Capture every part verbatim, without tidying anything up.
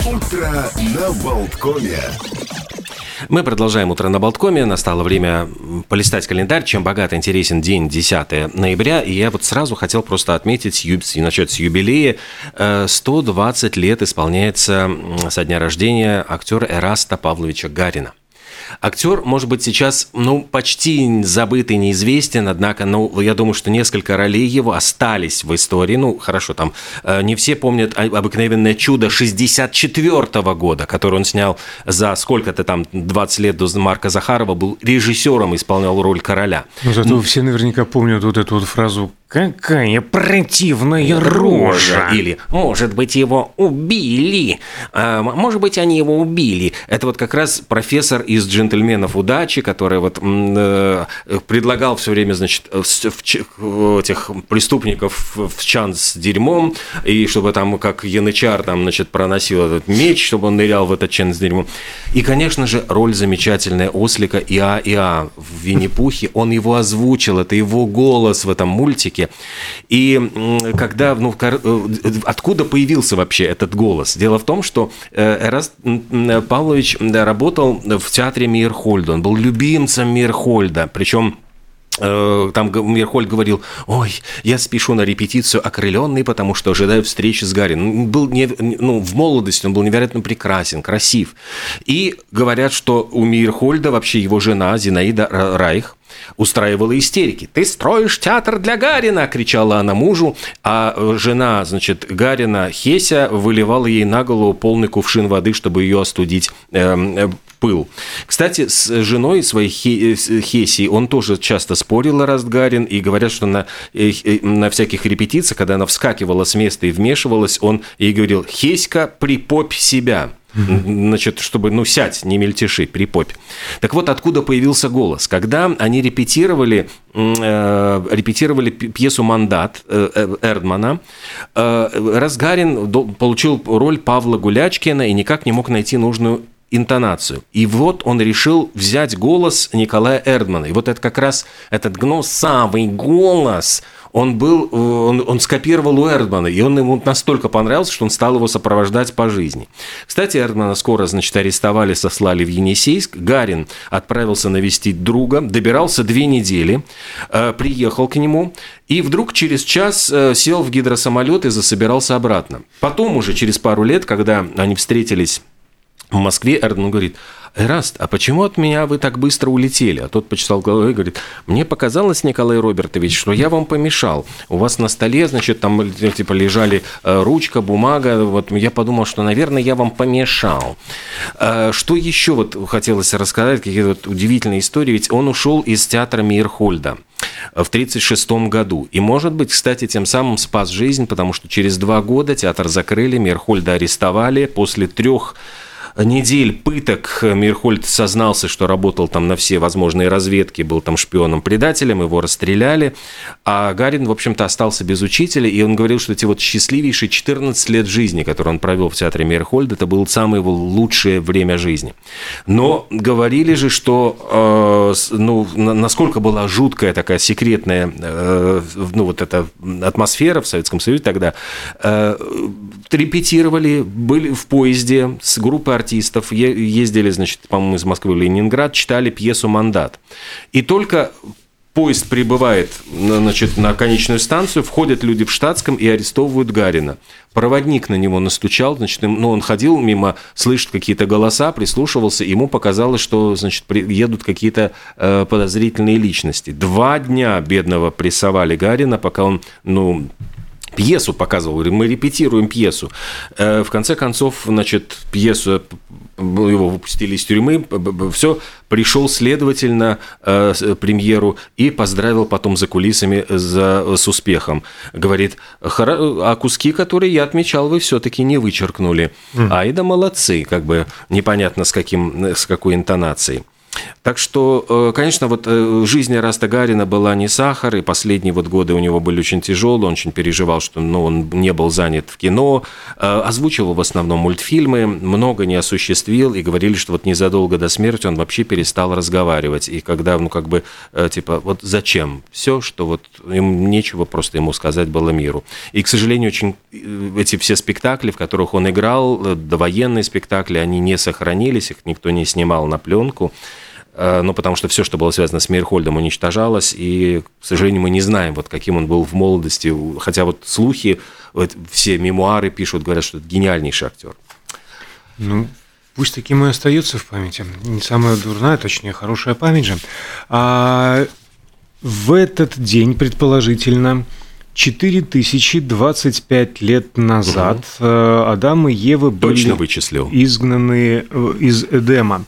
Утро на Болткоме. Мы продолжаем «Утро на Болткоме». Настало время полистать календарь. Чем богат и интересен день десятое ноября. И я вот сразу хотел просто отметить, начать с юбилея. сто двадцать лет исполняется со дня рождения актера Эраста Павловича Гарина. Актер, может быть, сейчас, ну, почти забытый, неизвестен, однако, ну, я думаю, что несколько ролей его остались в истории. Ну, хорошо, там, не все помнят «Обыкновенное чудо» шестьдесят четвёртого года, который он снял за сколько-то там, двадцать лет до Марка Захарова, был режиссером, исполнял роль короля. Но зато все наверняка помнят вот эту вот фразу «Какая противная рожа!» Или «Может быть, его убили!» «Может быть, они его убили!» Это вот как раз профессор из «Джентльменов удачи», который вот э, предлагал все время, значит, в, в, этих преступников в чан с дерьмом, и чтобы там, как янычар, там, значит, проносил этот меч, чтобы он нырял в этот чан с дерьмом. И, конечно же, роль замечательная ослика Иа Иа в «Винни-Пухе». Он его озвучил, это его голос в этом мультике. И когда, ну, откуда появился вообще этот голос? Дело в том, что Эраст Павлович работал в театре Мейерхольда. Он был любимцем Мейерхольда. Причем там Мейерхольд говорил: «Ой, я спешу на репетицию окрыленный, потому что ожидаю встречи с Гарином». Он был не, ну, в молодости он был невероятно прекрасен, красив. И говорят, что у Мейерхольда вообще его жена Зинаида Райх устраивала истерики. «Ты строишь театр для Гарина!» – кричала она мужу, а жена, значит, Гарина, Хеся, выливала ей на голову полный кувшин воды, чтобы ее остудить э, пыл. Кстати, с женой своей Хесей он тоже часто спорил, Эраст Гарин, и говорят, что на, на всяких репетициях, когда она вскакивала с места и вмешивалась, он ей говорил: «Хеська, припопь себя». Значит, чтобы, ну, сядь, не мельтеши, припопь. Так вот, откуда появился голос? Когда они репетировали, э, репетировали пьесу «Мандат» э, Эрдмана, э, Эраст Гарин получил роль Павла Гулячкина и никак не мог найти нужную интонацию. И вот он решил взять голос Николая Эрдмана. И вот это как раз этот гнусавый голос, он был, он, он скопировал у Эрдмана, и он ему настолько понравился, что он стал его сопровождать по жизни. Кстати, Эрдмана скоро, значит, арестовали, сослали в Енисейск. Гарин отправился навестить друга, добирался две недели, э, приехал к нему, и вдруг через час э, сел в гидросамолет и засобирался обратно. Потом уже, через пару лет, когда они встретились в Москве, Эрдман говорит: «Эраст, а почему от меня вы так быстро улетели?» А тот почесал головой и говорит: «Мне показалось, Николай Робертович, что я вам помешал. У вас на столе, значит, там типа лежали ручка, бумага. Вот я подумал, что, наверное, я вам помешал». Что еще вот хотелось рассказать, какие-то вот удивительные истории. Ведь он ушел из театра Мейерхольда в тридцать шестом году. И, может быть, кстати, тем самым спас жизнь, потому что через два года театр закрыли, Мейерхольда арестовали. После трех недель пыток Мейерхольд сознался, что работал там на все возможные разведки, был там шпионом-предателем, его расстреляли, а Гарин, в общем-то, остался без учителя, и он говорил, что эти вот счастливейшие четырнадцать лет жизни, которые он провел в театре Мейерхольда, это было самое его лучшее время жизни. Но говорили же, что э, ну, насколько была жуткая такая секретная э, ну, вот эта атмосфера в Советском Союзе тогда, э, репетировали, были в поезде с группой артистов, ездили, значит, по-моему, из Москвы в Ленинград, читали пьесу «Мандат». И только поезд прибывает, значит, на конечную станцию, входят люди в штатском и арестовывают Гарина. Проводник на него настучал, значит, ну, он ходил мимо, слышит какие-то голоса, прислушивался, ему показалось, что, значит, едут какие-то э, подозрительные личности. Два дня бедного прессовали Гарина, пока он, ну... пьесу показывал, мы репетируем пьесу. В конце концов, значит, пьесу, его выпустили из тюрьмы, все, пришел следователь на премьеру и поздравил потом за кулисами за, с успехом. Говорит: а куски, которые я отмечал, вы все-таки не вычеркнули. Mm. Ай да молодцы, как бы непонятно с, каким, с какой интонацией. Так что, конечно, вот жизнь Эраста Гарина была не сахар, и последние вот годы у него были очень тяжелые, он очень переживал, что ну, он не был занят в кино, озвучивал в основном мультфильмы, много не осуществил, и говорили, что вот незадолго до смерти он вообще перестал разговаривать, и когда, ну, как бы, типа, вот зачем? Все, что вот им нечего просто ему сказать было миру. И, к сожалению, очень эти все спектакли, в которых он играл, довоенные спектакли, они не сохранились, их никто не снимал на пленку. Ну, потому что все, что было связано с Мейерхольдом, уничтожалось, и, к сожалению, мы не знаем, вот каким он был в молодости, хотя вот слухи, вот все мемуары пишут, говорят, что это гениальнейший актер. Ну, пусть таким и остается в памяти. Не самая дурная, точнее, хорошая память же. А в этот день, предположительно, четыре тысячи двадцать пять лет назад угу. Адам и Ева были Точно вычислил. изгнаны из Эдема.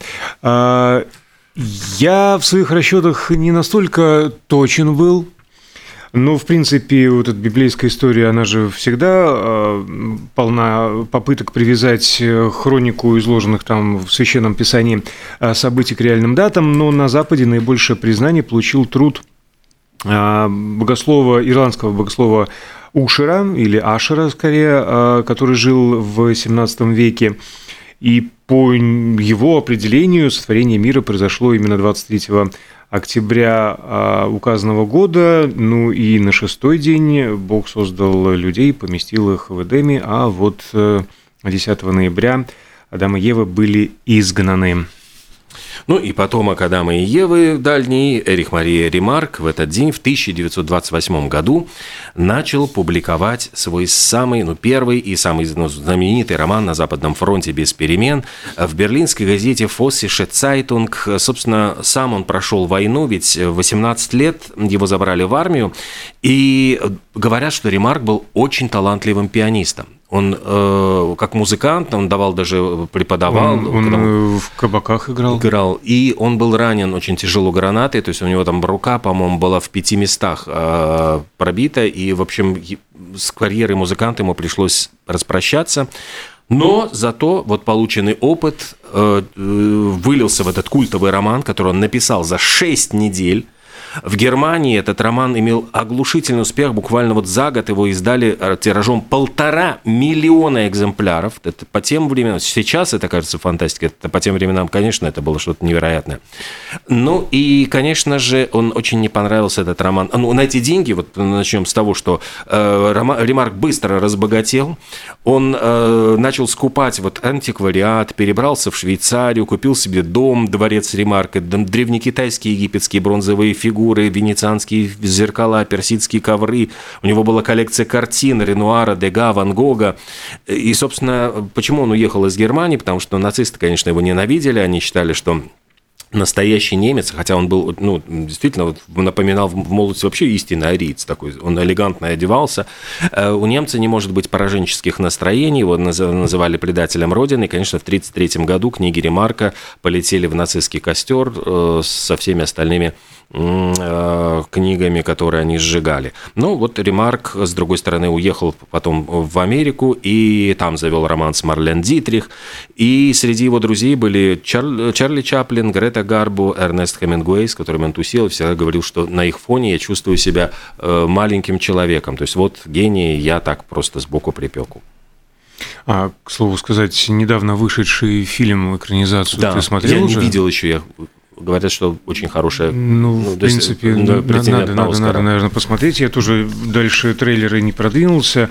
Я в своих расчетах не настолько точен был, но, в принципе, вот эта библейская история, она же всегда полна попыток привязать хронику изложенных там в Священном Писании событий к реальным датам, но на Западе наибольшее признание получил труд богослова, ирландского богослова Ушера, или Ашера, скорее, который жил в семнадцатом веке. И по его определению сотворение мира произошло именно двадцать третьего октября указанного года. Ну и на шестой день Бог создал людей, поместил их в Эдеме, а вот десятого ноября Адам и Ева были изгнаны. Ну и потомок Адама и Евы дальний, Эрих Мария Ремарк, в этот день, в тысяча девятьсот двадцать восьмом году, начал публиковать свой самый, ну, первый и самый ну, знаменитый роман «На Западном фронте без перемен» в берлинской газете «Vossische Zeitung». Собственно, сам он прошел войну, ведь в восемнадцать лет его забрали в армию, и говорят, что Ремарк был очень талантливым пианистом. Он э, как музыкант, он давал даже, преподавал. Он, он, он в кабаках играл. Играл. И он был ранен очень тяжело гранатой, то есть у него там рука, по-моему, была в пяти местах э, пробита, и, в общем, с карьерой музыканта ему пришлось распрощаться. Но зато вот полученный опыт э, вылился в этот культовый роман, который он написал за шесть недель. В Германии этот роман имел оглушительный успех, буквально вот за год его издали тиражом полтора миллиона экземпляров. Это по тем временам, сейчас это кажется фантастикой, это по тем временам, конечно, это было что-то невероятное. Ну и, конечно же, он очень не понравился, этот роман. Ну, на эти деньги, вот начнем с того, что э, Ремарк быстро разбогател, он э, начал скупать вот антиквариат, перебрался в Швейцарию, купил себе дом, дворец Ремарка, древнекитайские египетские бронзовые фигуры, венецианские зеркала, персидские ковры. У него была коллекция картин Ренуара, Дега, Ван Гога. И, собственно, почему он уехал из Германии? Потому что нацисты, конечно, его ненавидели. Они считали, что настоящий немец, хотя он был, ну, действительно, вот, напоминал в молодости вообще истинный ариец такой, он элегантно одевался. У немца не может быть пораженческих настроений, его называли предателем Родины, и, конечно, в тысяча девятьсот тридцать третьем году книги Ремарка полетели в нацистский костер со всеми остальными книгами, которые они сжигали. Но вот Ремарк, с другой стороны, уехал потом в Америку и там завел роман с Марлен Дитрих. И среди его друзей были Чар... Чарли Чаплин, Грета Гарбо, Эрнест Хемингуэй, с которыми он тусил, и всегда говорил, что на их фоне я чувствую себя маленьким человеком. То есть вот гений, я так просто сбоку припеку. А, к слову сказать, недавно вышедший фильм, экранизацию, да, ты смотрел я уже? Я не видел еще, я... Говорят, что очень хорошая. Ну, ну в принципе, есть, надо, надо, надо, надо, наверное, посмотреть. Я тоже дальше трейлеры не продвинулся,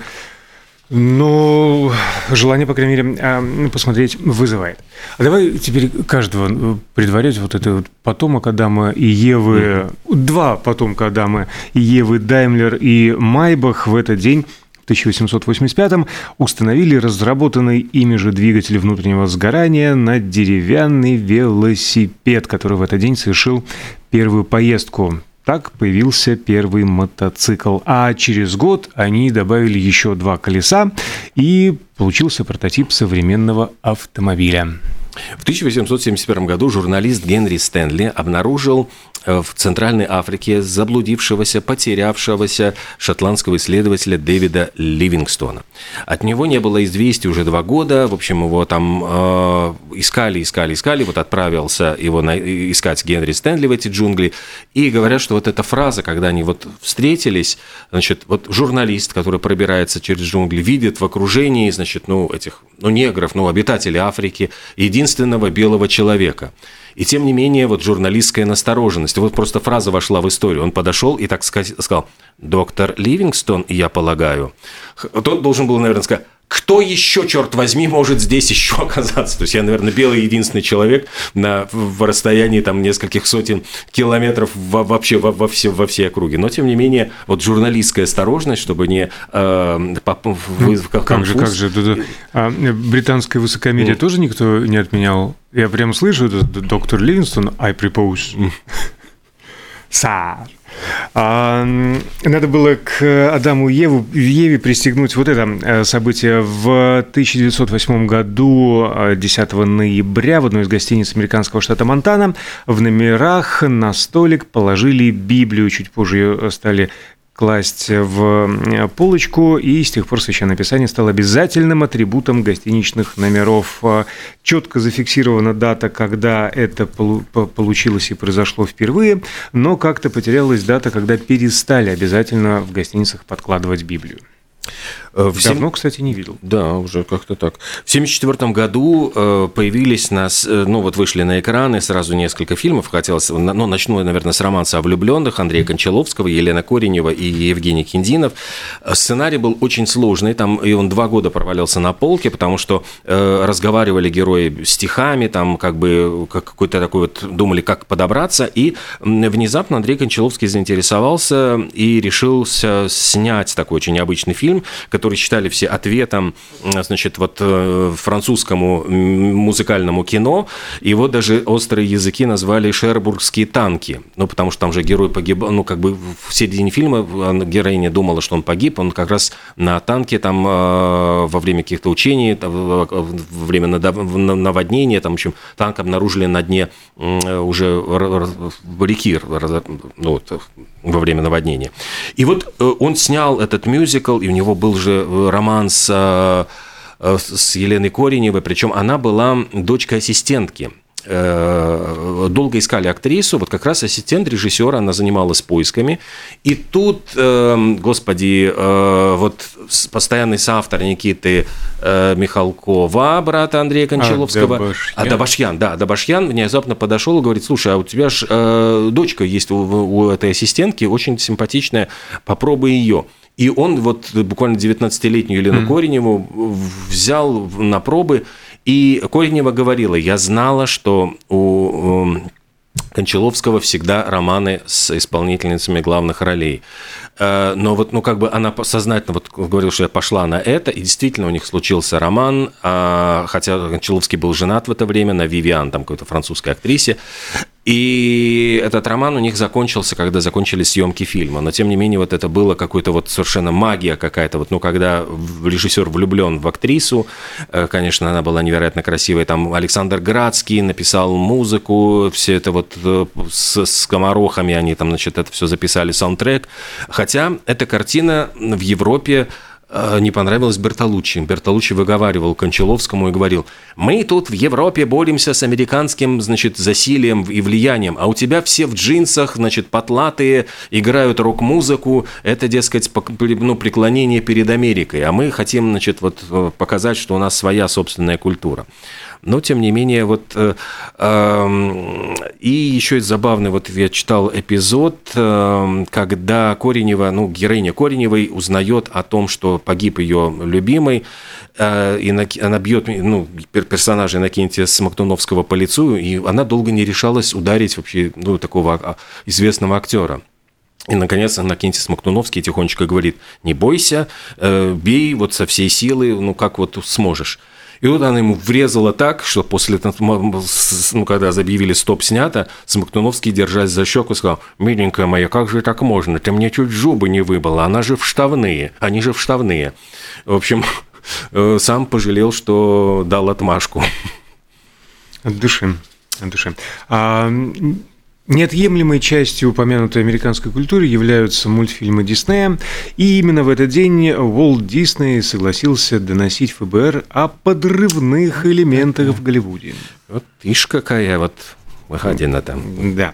но желание, по крайней мере, посмотреть вызывает. А давай теперь каждого предварять. Вот это вот потомок Адама и Евы, mm-hmm. два потомка Адама и Евы, Даймлер и Майбах в этот день, в тысяча восемьсот восемьдесят пятом, установили разработанный ими же двигатель внутреннего сгорания на деревянный велосипед, который в этот день совершил первую поездку. Так появился первый мотоцикл. А через год они добавили еще два колеса, и получился прототип современного автомобиля. В тысяча восемьсот семьдесят первом году журналист Генри Стэнли обнаружил в Центральной Африке заблудившегося, потерявшегося шотландского исследователя Дэвида Ливингстона. От него не было известий уже два года. В общем, его там э, искали, искали, искали. Вот отправился его на, искать Генри Стэнли в эти джунгли. И говорят, что вот эта фраза, когда они вот встретились, значит, вот журналист, который пробирается через джунгли, видит в окружении, значит, ну, этих, ну, негров, ну, обитателей Африки, единственного белого человека. И тем не менее, вот журналистская настороженность. Вот просто фраза вошла в историю. Он подошел и так сказал: доктор Ливингстон, я полагаю. Тот должен был, наверное, сказать: кто еще, черт возьми, может здесь еще оказаться? То есть я, наверное, белый единственный человек на, в расстоянии там нескольких сотен километров во, вообще во, во, все, во всей округе. Но, тем не менее, вот журналистская осторожность, чтобы не... Э, поп, вы, как, как же, как же. Да, да. А британское высокомерие mm. тоже никто не отменял? Я прям слышу, доктор Ливингстон, I propose. Сар. А, надо было к Адаму и Еву, Еве пристегнуть вот это событие. В тысяча девятьсот восьмом году, десятого ноября, в одной из гостиниц американского штата Монтана в номерах на столик положили Библию. Чуть позже ее стали класть в полочку, и с тех пор Священное Писание стало обязательным атрибутом гостиничных номеров. Четко зафиксирована дата, когда это получилось и произошло впервые, но как-то потерялась дата, когда перестали обязательно в гостиницах подкладывать Библию. В Давно, кстати, не видел. Да, уже как-то так. В тысяча девятьсот семьдесят четвёртом году появились нас, ну вот вышли на экраны сразу несколько фильмов. Хотелось, ну, начну, наверное, с романса о влюбленных Андрея Кончаловского, Елена Коренева и Евгений Киндинов. Сценарий был очень сложный, там, и он два года провалился на полке, потому что э, разговаривали герои стихами, там как бы как какой-то такой вот, думали, как подобраться, и внезапно Андрей Кончаловский заинтересовался и решился снять такой очень необычный фильм, который считали все ответом, значит, вот французскому музыкальному кино. Его даже острые языки назвали «Шербургские танки». Ну, потому что там же герой погиб, ну, как бы в середине фильма героиня думала, что он погиб, он как раз на танке там во время каких-то учений, во время наводнения, там, в общем, танк обнаружили на дне уже реки, ну, вот, во время наводнения. И вот он снял этот мюзикл, и у него был же роман с, с Еленой Кореневой, причем она была дочкой ассистентки. Долго искали актрису, вот как раз ассистент режиссера, она занималась поисками. И тут, господи, вот постоянный соавтор Никиты Михалкова, брата Андрея Кончаловского, Адабашьян, а, Адабашьян, да, Адабашьян внезапно подошел и говорит: слушай, а у тебя же э, дочка есть у, у этой ассистентки, очень симпатичная, попробуй ее. И он вот буквально девятнадцатилетнюю Елену mm. Кореневу взял на пробы, и Коренева говорила: я знала, что у Кончаловского всегда романы с исполнительницами главных ролей. Но вот, ну, как бы она сознательно вот говорила, что я пошла на это, и действительно у них случился роман, хотя Кончаловский был женат в это время на Вивиан, там какой-то французской актрисе. И этот роман у них закончился, когда закончились съемки фильма. Но, тем не менее, вот это было какой-то вот совершенно магия какая-то. Вот, ну, когда режиссер влюблен в актрису, конечно, она была невероятно красивая. Там Александр Градский написал музыку, все это вот с скоморохами, они там, значит, это все записали, саундтрек. Хотя эта картина в Европе не понравилось Бертолуччи. Бертолуччи выговаривал Кончаловскому и говорил: мы тут в Европе боремся с американским, значит, засилием и влиянием, а у тебя все в джинсах, значит, потлатые, играют рок-музыку, это, дескать, ну, преклонение перед Америкой, а мы хотим, значит, вот показать, что у нас своя собственная культура. Но, тем не менее, вот... Э, э, и еще забавный, вот я читал эпизод, э, когда Коренева, ну, героиня Кореневой узнает о том, что погиб ее любимый, э, и на, она бьет, ну, персонажа Иннокентия Смоктуновского по лицу, и она долго не решалась ударить вообще, ну, такого известного актера. И, наконец, Иннокентий Смоктуновский тихонечко говорит: не бойся, э, бей вот со всей силы, ну, как вот сможешь. И вот она ему врезала так, что после, ну, когда объявили «стоп, снято», Смоктуновский, держась за щеку, сказал: миленькая моя, как же так можно? Ты мне чуть зубы не выбила, она же в штавные, они же в штавные. В общем, сам пожалел, что дал отмашку. От души, от души. А... Неотъемлемой частью упомянутой американской культуры являются мультфильмы Диснея, и именно в этот день Уолт Дисней согласился доносить эф бэ эр о подрывных элементах в Голливуде. Вот ишь какая вот выходина там. Да.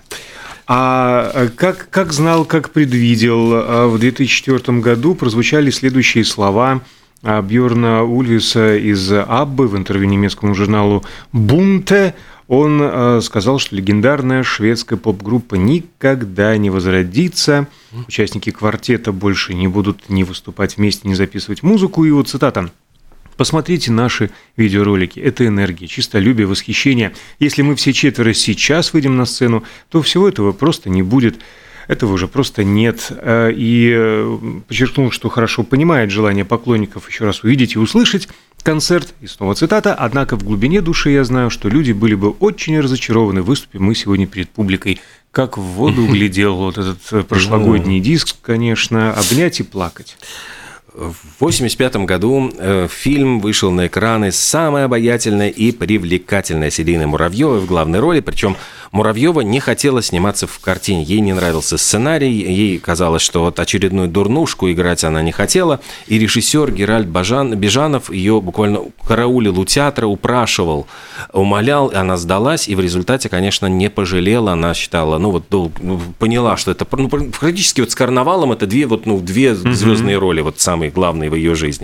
А как, как знал, как предвидел, в две тысячи четвёртом году прозвучали следующие слова Бьорна Ульвиса из Аббы в интервью немецкому журналу «Бунте». Он сказал, что легендарная шведская поп-группа никогда не возродится, участники квартета больше не будут ни выступать вместе, ни записывать музыку. И вот цитата: «Посмотрите наши видеоролики. Это энергия, чистолюбие, восхищение. Если мы все четверо сейчас выйдем на сцену, то всего этого просто не будет. Этого уже просто нет». И подчеркнул, что хорошо понимает желание поклонников еще раз увидеть и услышать концерт. И снова цитата: «Однако в глубине души я знаю, что люди были бы очень разочарованы, выступив мы сегодня перед публикой». Как в воду глядел вот этот прошлогодний диск, конечно, обнять и плакать. В восемьдесят пятом году э, фильм вышел на экраны с самой обаятельной и привлекательной Селиной Муравьевой в главной роли. Причем Муравьева не хотела сниматься в картине. Ей не нравился сценарий, ей казалось, что вот очередную дурнушку играть она не хотела. И режиссер Геральт Бажан, Бежанов ее буквально караулил у театра, упрашивал, умолял, и она сдалась. И в результате, конечно, не пожалела. Она считала, ну вот поняла, что это ну, практически вот с «Карнавалом» это две, вот, ну, две mm-hmm. звездные роли, вот самые главные в ее жизни.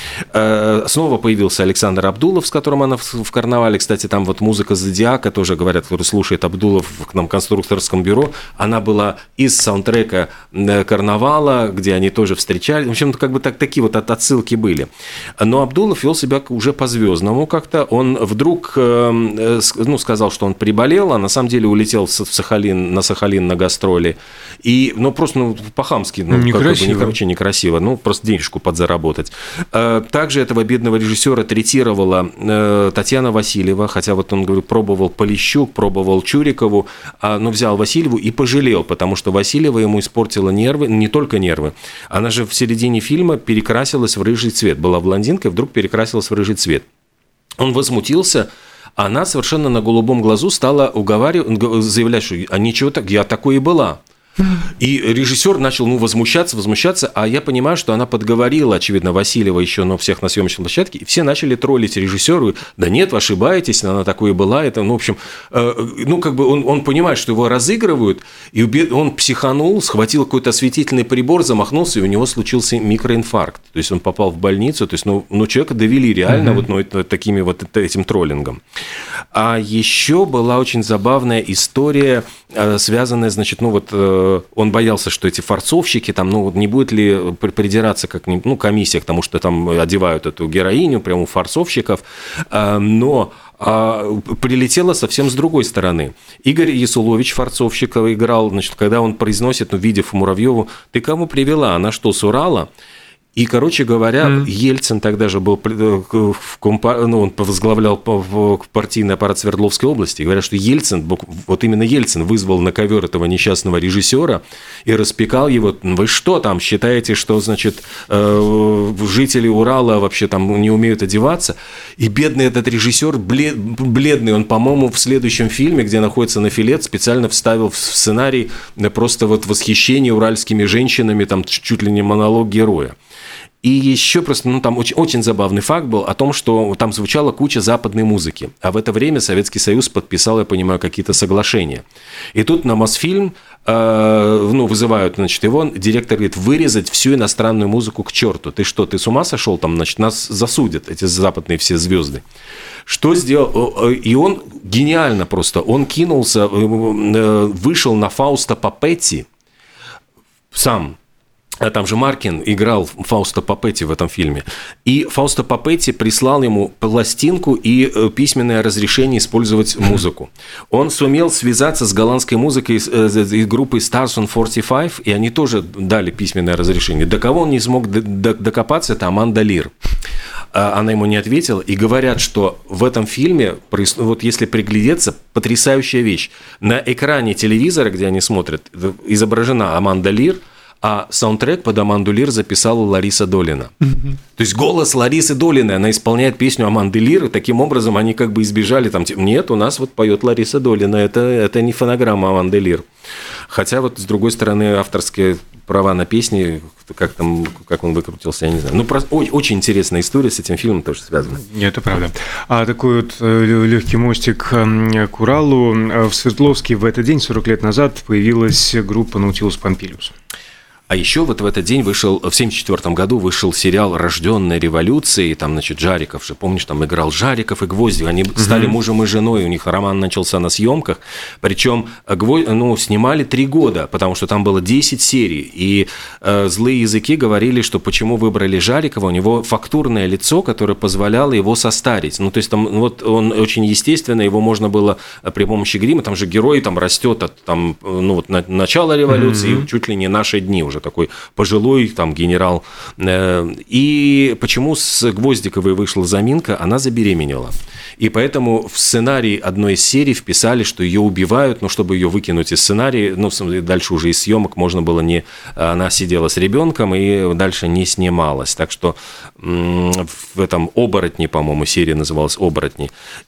Снова появился Александр Абдулов, с которым она в «Карнавале». Кстати, там вот музыка «Зодиака» тоже, говорят, кто слушает Абдулов к нам в конструкторском бюро, она была из саундтрека «Карнавала», где они тоже встречались. В общем, как бы так, такие вот отсылки были. Но Абдулов вел себя уже по-звездному как-то. Он вдруг ну, сказал, что он приболел, а на самом деле улетел в Сахалин, на Сахалин на гастроли. И, ну, просто ну, по-хамски, ну, некрасиво. Как бы, короче, некрасиво. Ну, просто денежку подзаработать. Также этого бедного режиссера третировала Татьяна Васильева, хотя вот он, говорю, пробовал Полищук, пробовал Чурикову, но взял Васильеву и пожалел, потому что Васильева ему испортила нервы, не только нервы, она же в середине фильма перекрасилась в рыжий цвет, была блондинкой, вдруг перекрасилась в рыжий цвет. Он возмутился, она совершенно на голубом глазу стала уговаривать, заявлять, что а ничего так, я такой и была. И режиссер начал ну, возмущаться, возмущаться, а я понимаю, что она подговорила, очевидно, Васильева еще, но всех на съемочной площадке, и все начали троллить режиссеру. Да нет, вы ошибаетесь, она такой и была. Это, ну, в общем, э, ну, как бы он, он понимает, что его разыгрывают, и он психанул, схватил какой-то осветительный прибор, замахнулся, и у него случился микроинфаркт. То есть он попал в больницу, то есть, ну, ну человека довели реально mm-hmm. вот, ну, это, такими вот этим троллингом. А еще была очень забавная история, связанная, значит, ну, вот он боялся, что эти форцовщики, там, ну, не будет ли придираться как ну, комиссия к тому, что там одевают эту героиню прямо у форцовщиков, но прилетело совсем с другой стороны. Игорь Ясулович, форцовщик, играл, значит, когда он произносит, увидев Муравьеву: «Ты кому привела? Она что, с Урала?» И, короче говоря, mm. Ельцин тогда же был, в компа... ну, он возглавлял партийный аппарат Свердловской области. И говорят, что Ельцин, вот именно Ельцин вызвал на ковер этого несчастного режиссера и распекал его. Вы что там, считаете, что, значит, жители Урала вообще там не умеют одеваться? И бедный этот режиссер, бледный, он, по-моему, в следующем фильме, где находится Нафилет, специально вставил в сценарий просто вот восхищение уральскими женщинами, там чуть ли не монолог героя. И еще просто, ну, там очень, очень забавный факт был о том, что там звучала куча западной музыки, а в это время Советский Союз подписал, я понимаю, какие-то соглашения. И тут на Мосфильм, э, ну, вызывают, значит, его, директор говорит: вырезать всю иностранную музыку к черту. Ты что, ты с ума сошел? Там, значит, нас засудят, эти западные все звезды. Что сделал? И он гениально просто, он кинулся, вышел на Фауста Папетти сам. А там же Маркин играл Фауста Папетти в этом фильме. И Фауста Папетти прислал ему пластинку и письменное разрешение использовать музыку. Он сумел связаться с голландской музыкой из группы Stars on сорок пять, и они тоже дали письменное разрешение. До кого он не смог докопаться, это Аманда Лир. Она ему не ответила. И говорят, что в этом фильме, вот если приглядеться, потрясающая вещь. На экране телевизора, где они смотрят, изображена Аманда Лир, а саундтрек под Аманду Лир записала Лариса Долина. Mm-hmm. То есть голос Ларисы Долиной, она исполняет песню Аманды Лир, и таким образом они как бы избежали там, нет, у нас вот поет Лариса Долина, это, это не фонограмма Аманды Лир. Хотя вот с другой стороны авторские права на песни, как там, как он выкрутился, я не знаю. Ну, просто очень интересная история с этим фильмом тоже связана. Это правда. А такой вот легкий мостик к Уралу. В Свердловске в этот день, сорок лет назад, появилась группа Nautilus Pompilius. А еще вот в этот день вышел, в семьдесят четвёртом году вышел сериал «Рожденная революцией», там, значит, Жариков же, помнишь, там играл Жариков и Гвоздев, они mm-hmm. стали мужем и женой, у них роман начался на съемках, причем ну, снимали три года, потому что там было десять серий, и э, злые языки говорили, что почему выбрали Жарикова, у него фактурное лицо, которое позволяло его состарить, ну, то есть там вот он очень естественно, его можно было при помощи грима, там же герой там растет от там, ну, вот, на, начала революции, mm-hmm. чуть ли не наши дни уже, такой пожилой там генерал. И почему с Гвоздиковой вышла заминка? Она забеременела. И поэтому в сценарий одной из серий вписали, что ее убивают, но чтобы ее выкинуть из сценария, ну, дальше уже из съемок можно было не... Она сидела с ребенком и дальше не снималась. Так что в этом «Оборотни», по-моему, серия называлась «Оборотни».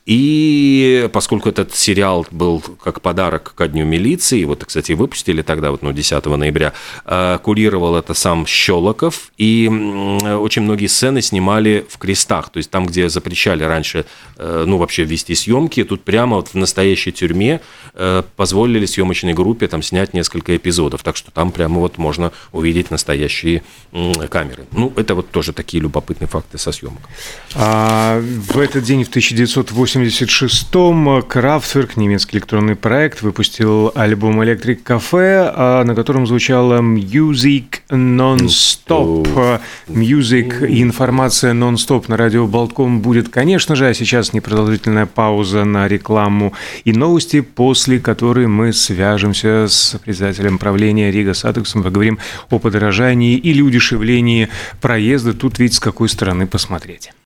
И поскольку этот сериал был как подарок ко Дню милиции, вот, кстати, выпустили тогда, вот, ну, десятого ноября, курировал это сам Щелоков, и очень многие сцены снимали в крестах, то есть там, где запрещали раньше, ну, вообще вести съемки, тут прямо вот в настоящей тюрьме позволили съемочной группе там снять несколько эпизодов, так что там прямо вот можно увидеть настоящие камеры. Ну, это вот тоже такие любопытные факты со съемок. А в этот день, в тысяча девятьсот восемьдесят шестом, Kraftwerk, немецкий электронный проект, выпустил альбом «Electric Cafe», на котором звучало Music Non-Stop. Music и информация Non-Stop на радио Болтком будет, конечно же, а сейчас непродолжительная пауза на рекламу и новости, после которой мы свяжемся с председателем правления Рига Сатексом, поговорим о подорожании или удешевлении проезда. Тут ведь с какой стороны посмотреть.